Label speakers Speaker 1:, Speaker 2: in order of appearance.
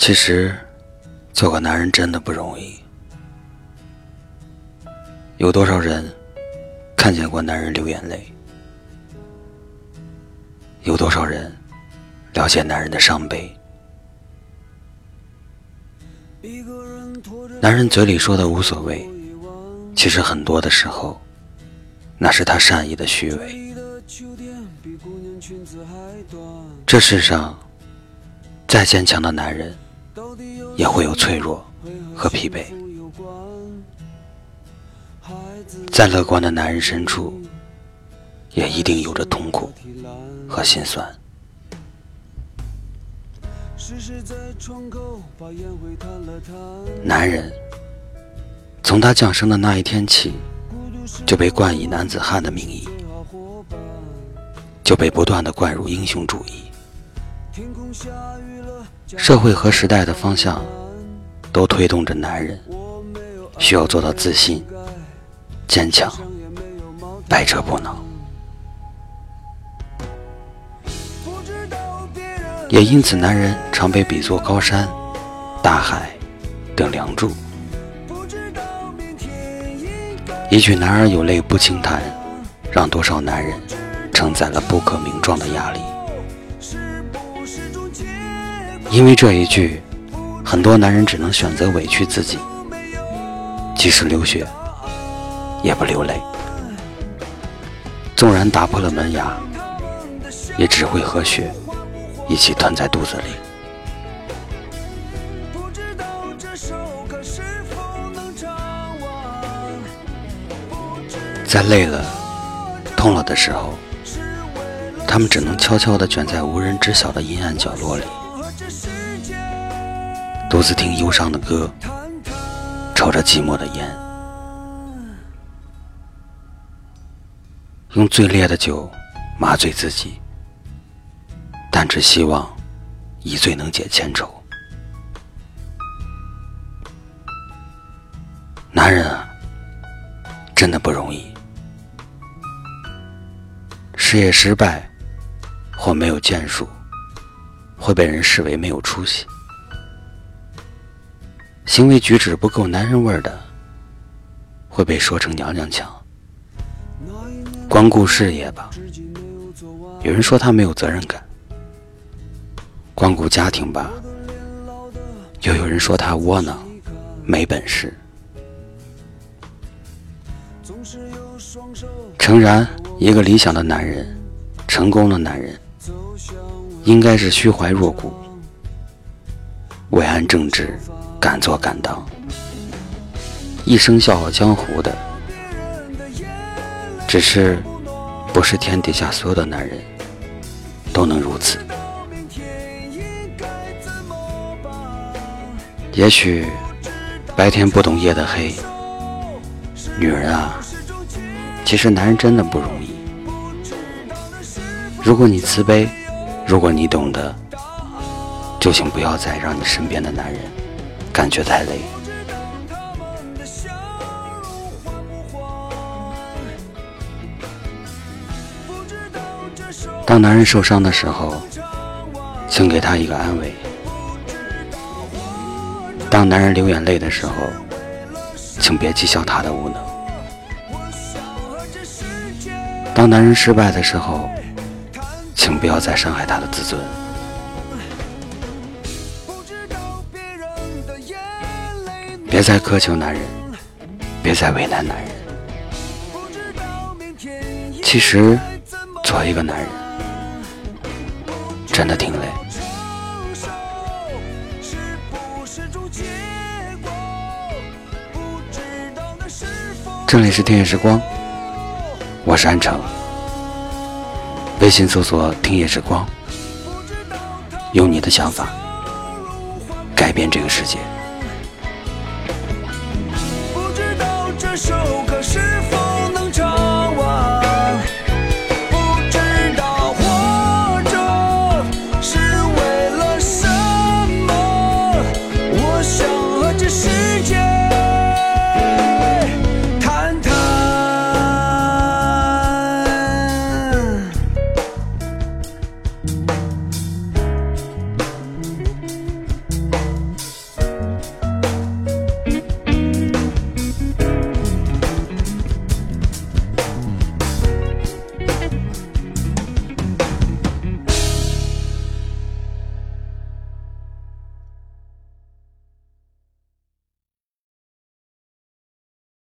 Speaker 1: 其实做个男人真的不容易。有多少人看见过男人流眼泪？有多少人了解男人的伤悲？男人嘴里说的无所谓，其实很多的时候那是他善意的虚伪。这世上再坚强的男人也会有脆弱和疲惫，再乐观的男人深处也一定有着痛苦和心酸。男人从他降生的那一天起，就被冠以男子汉的名义，就被不断地灌入英雄主义。社会和时代的方向都推动着男人需要做到自信、坚强、百折不挠。也因此，男人常被比作高山、大海等梁柱。一句男儿有泪不轻弹，让多少男人承载了不可名状的压力。因为这一句，很多男人只能选择委屈自己，即使流血也不流泪，纵然打破了门牙，也只会和血一起吞在肚子里。在累了、痛了的时候，他们只能悄悄地卷在无人知晓的阴暗角落里，独自听忧伤的歌，抽着寂寞的烟，用最烈的酒麻醉自己，但只希望一醉能解千愁。男人啊，真的不容易。事业失败或没有建树，会被人视为没有出息；行为举止不够男人味的，会被说成娘娘腔。光顾事业吧，有人说他没有责任感；光顾家庭吧，又有人说他窝囊没本事。诚然，一个理想的男人，成功的男人，应该是虚怀若谷，伟岸正直，敢做敢当，一生笑傲江湖的。只是不是天底下所有的男人都能如此。也许白天不懂夜的黑，女人啊，其实男人真的不容易。如果你慈悲，如果你懂得，就请不要再让你身边的男人感觉太累。当男人受伤的时候，请给他一个安慰；当男人流眼泪的时候，请别讥笑他的无能；当男人失败的时候，请不要再伤害他的自尊。别再苛求男人，别再为难男人。其实做一个男人真的挺累。这里是听夜时光，我是安城，微信搜索听夜时光，用你的想法改变这个世界。
Speaker 2: 不知道这首歌